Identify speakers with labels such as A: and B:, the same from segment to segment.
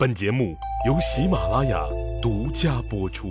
A: 本节目由喜马拉雅独家播出。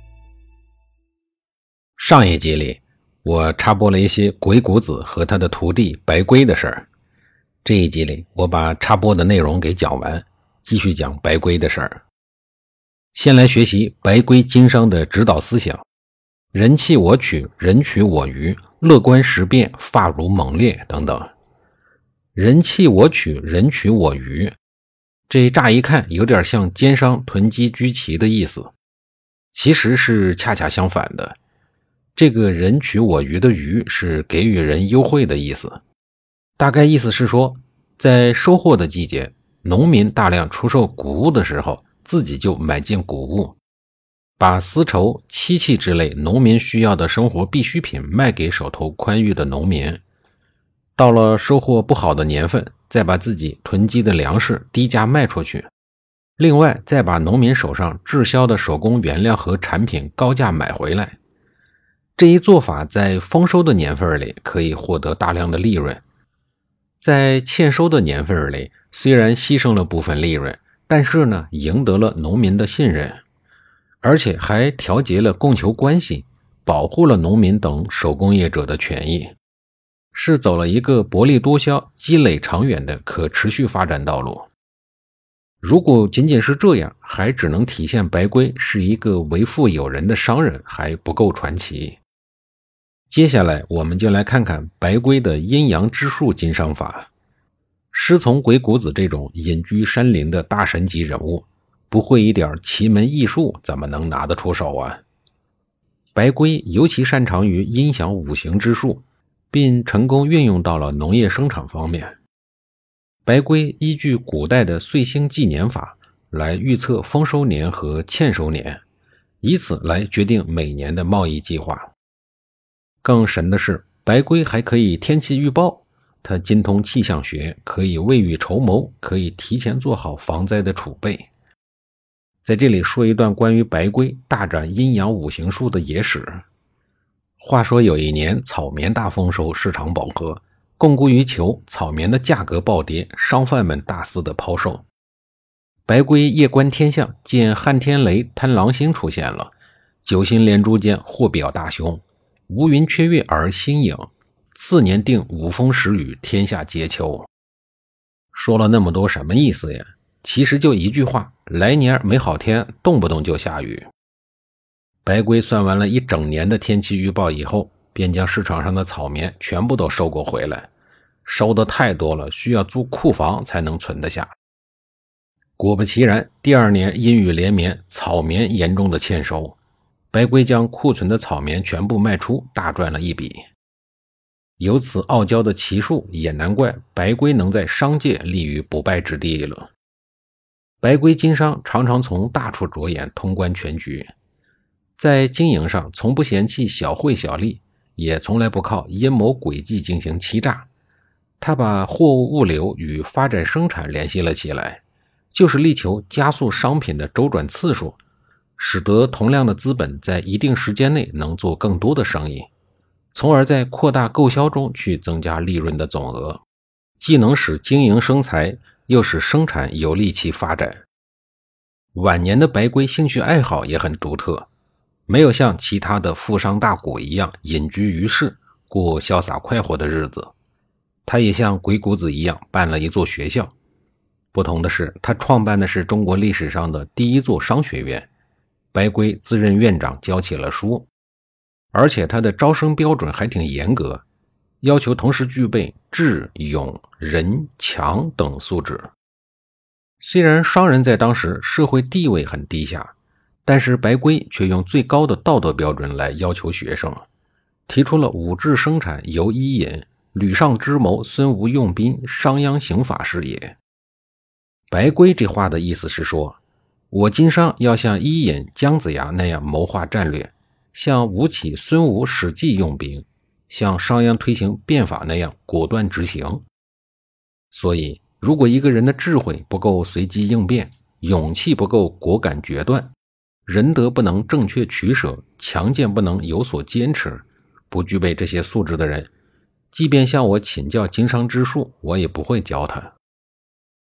B: 上一集里，我插播了一些鬼谷子和他的徒弟白龟的事儿。这一集里，我把插播的内容给讲完，继续讲白龟的事儿。先来学习白龟经商的指导思想：人弃我取，人取我予，乐观识变，发如猛烈等等。人弃我取，人取我予，这乍一看有点像奸商囤积居奇的意思，其实是恰恰相反的。这个人取我予的予是给予人优惠的意思，大概意思是说，在收获的季节，农民大量出售谷物的时候，自己就买进谷物，把丝绸、漆器之类农民需要的生活必需品卖给手头宽裕的农民。到了收获不好的年份，再把自己囤积的粮食低价卖出去，另外再把农民手上滞销的手工原料和产品高价买回来。这一做法在丰收的年份里可以获得大量的利润，在欠收的年份里虽然牺牲了部分利润，但是呢，赢得了农民的信任，而且还调节了供求关系，保护了农民等手工业者的权益，是走了一个薄利多销、积累长远的可持续发展道路。如果仅仅是这样，还只能体现白龟是一个为富有人的商人，还不够传奇。接下来我们就来看看白龟的阴阳之术经商法。师从鬼谷子这种隐居山林的大神级人物，不会一点奇门异术怎么能拿得出手啊？白龟尤其擅长于阴阳五行之术，并成功运用到了农业生产方面。白龟依据古代的岁星纪年法来预测丰收年和欠收年，以此来决定每年的贸易计划。更神的是，白龟还可以天气预报，它精通气象学，可以未雨绸缪，可以提前做好防灾的储备。在这里说一段关于白龟大展阴阳五行术的野史。话说有一年草棉大丰收，市场饱和，供过于求，草棉的价格暴跌，商贩们大肆的抛售。白龟夜观天象，见撼天雷、贪狼星出现了，九星连珠间祸表大凶，无云缺月而星影，次年定五风十雨，天下皆秋。说了那么多什么意思呀？其实就一句话，来年没好天，动不动就下雨。白龟算完了一整年的天气预报以后，便将市场上的草棉全部都收购回来，收的太多了，需要租库房才能存得下。果不其然，第二年阴雨连绵，草棉严重的欠收，白龟将库存的草棉全部卖出，大赚了一笔。由此傲娇的奇术，也难怪白龟能在商界立于不败之地了。白龟经商常常从大处着眼，通观全局，在经营上从不嫌弃小惠小利，也从来不靠阴谋诡计进行欺诈。他把货物物流与发展生产联系了起来，就是力求加速商品的周转次数，使得同量的资本在一定时间内能做更多的生意，从而在扩大购销中去增加利润的总额，既能使经营生财，又使生产有利其发展。晚年的白龟兴趣爱好也很独特，没有像其他的富商大贾一样隐居于世，过潇洒快活的日子。他也像鬼谷子一样办了一座学校，不同的是，他创办的是中国历史上的第一座商学院，白龟自任院长，教起了书。而且他的招生标准还挺严格，要求同时具备智、勇、仁、强等素质。虽然商人在当时社会地位很低下，但是白龟却用最高的道德标准来要求学生，提出了五治生产由伊尹，吕尚之谋孙吴用兵，商鞅刑法是也。白龟这话的意思是说，我经商要像伊尹、姜子牙那样谋划战略，像吴起、孙吴、史记用兵，像商鞅推行变法那样果断执行。所以如果一个人的智慧不够随机应变，勇气不够果敢决断，仁德不能正确取舍，强健不能有所坚持，不具备这些素质的人，即便向我请教经商之术，我也不会教他。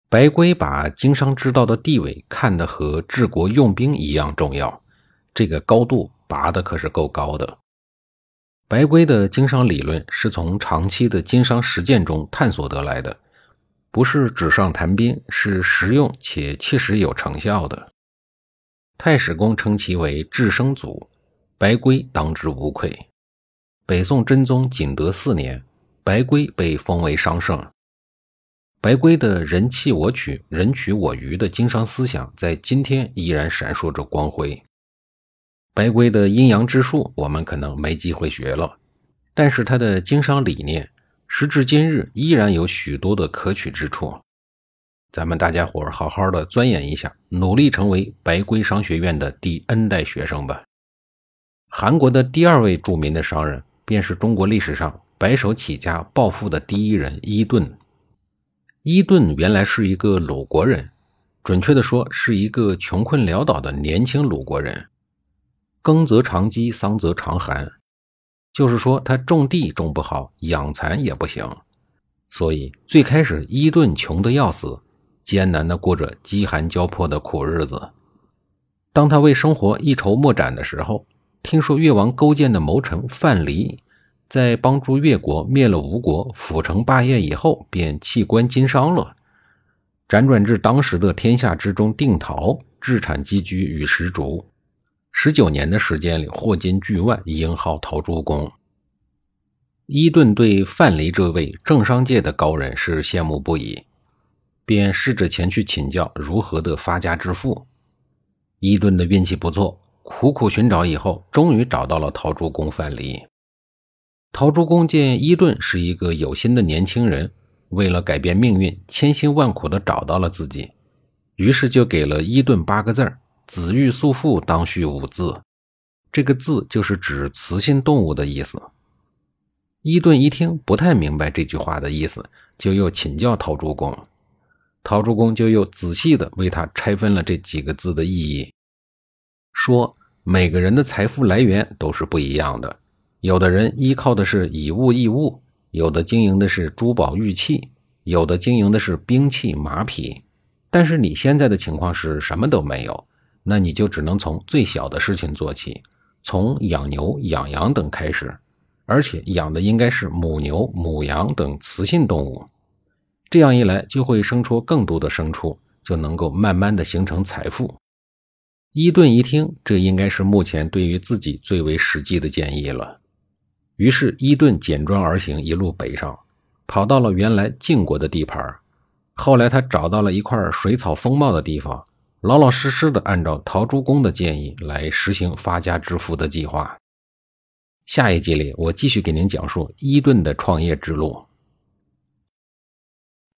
B: 白圭把经商之道的地位看得和治国用兵一样重要，这个高度拔得可是够高的。白圭的经商理论是从长期的经商实践中探索得来的，不是纸上谈兵，是实用且切实有成效的。太史公称其为至生祖，白圭当之无愧。北宋真宗景德4年，白圭被封为商圣。白圭的人弃我取，人取我予的经商思想在今天依然闪烁着光辉。白圭的阴阳之术我们可能没机会学了，但是他的经商理念时至今日依然有许多的可取之处。咱们大家伙好好的钻研一下，努力成为白圭商学院的第 N 代学生吧。韩国的第2位著名的商人便是中国历史上白手起家暴富的第一人伊顿。伊顿原来是一个鲁国人，准确的说是一个穷困潦倒的年轻鲁国人。耕则长饥，桑则长寒，就是说他种地种不好，养蚕也不行。所以最开始伊顿穷得要死，艰难地过着饥寒交迫的苦日子。当他为生活一筹莫展的时候，听说越王勾践的谋臣范蠡在帮助越国灭了吴国，辅成霸业以后，便弃官经商了，辗转至当时的天下之中定陶，置产积居与十足。19年的时间里，获金巨万，英号陶朱公。伊顿对范蠡这位政商界的高人是羡慕不已，便试着前去请教如何的发家致富。伊顿的运气不错，苦苦寻找以后，终于找到了陶朱公范蠡。陶朱公见伊顿是一个有心的年轻人，为了改变命运，千辛万苦地找到了自己，于是就给了伊顿8个字：子欲速富，当须5字。这个字就是指雌性动物的意思。伊顿一听不太明白这句话的意思，就又请教陶朱公。陶朱公就又仔细地为他拆分了这几个字的意义，说每个人的财富来源都是不一样的，有的人依靠的是以物易物，有的经营的是珠宝玉器，有的经营的是兵器马匹。但是你现在的情况是什么都没有，那你就只能从最小的事情做起，从养牛养羊等开始，而且养的应该是母牛母羊等雌性动物。这样一来就会生出更多的牲畜，就能够慢慢的形成财富。伊顿一听，这应该是目前对于自己最为实际的建议了。于是伊顿简装而行，一路北上，跑到了原来晋国的地盘。后来他找到了一块水草丰茂的地方，老老实实的按照陶朱公的建议来实行发家致富的计划。下一集里我继续给您讲述伊顿的创业之路。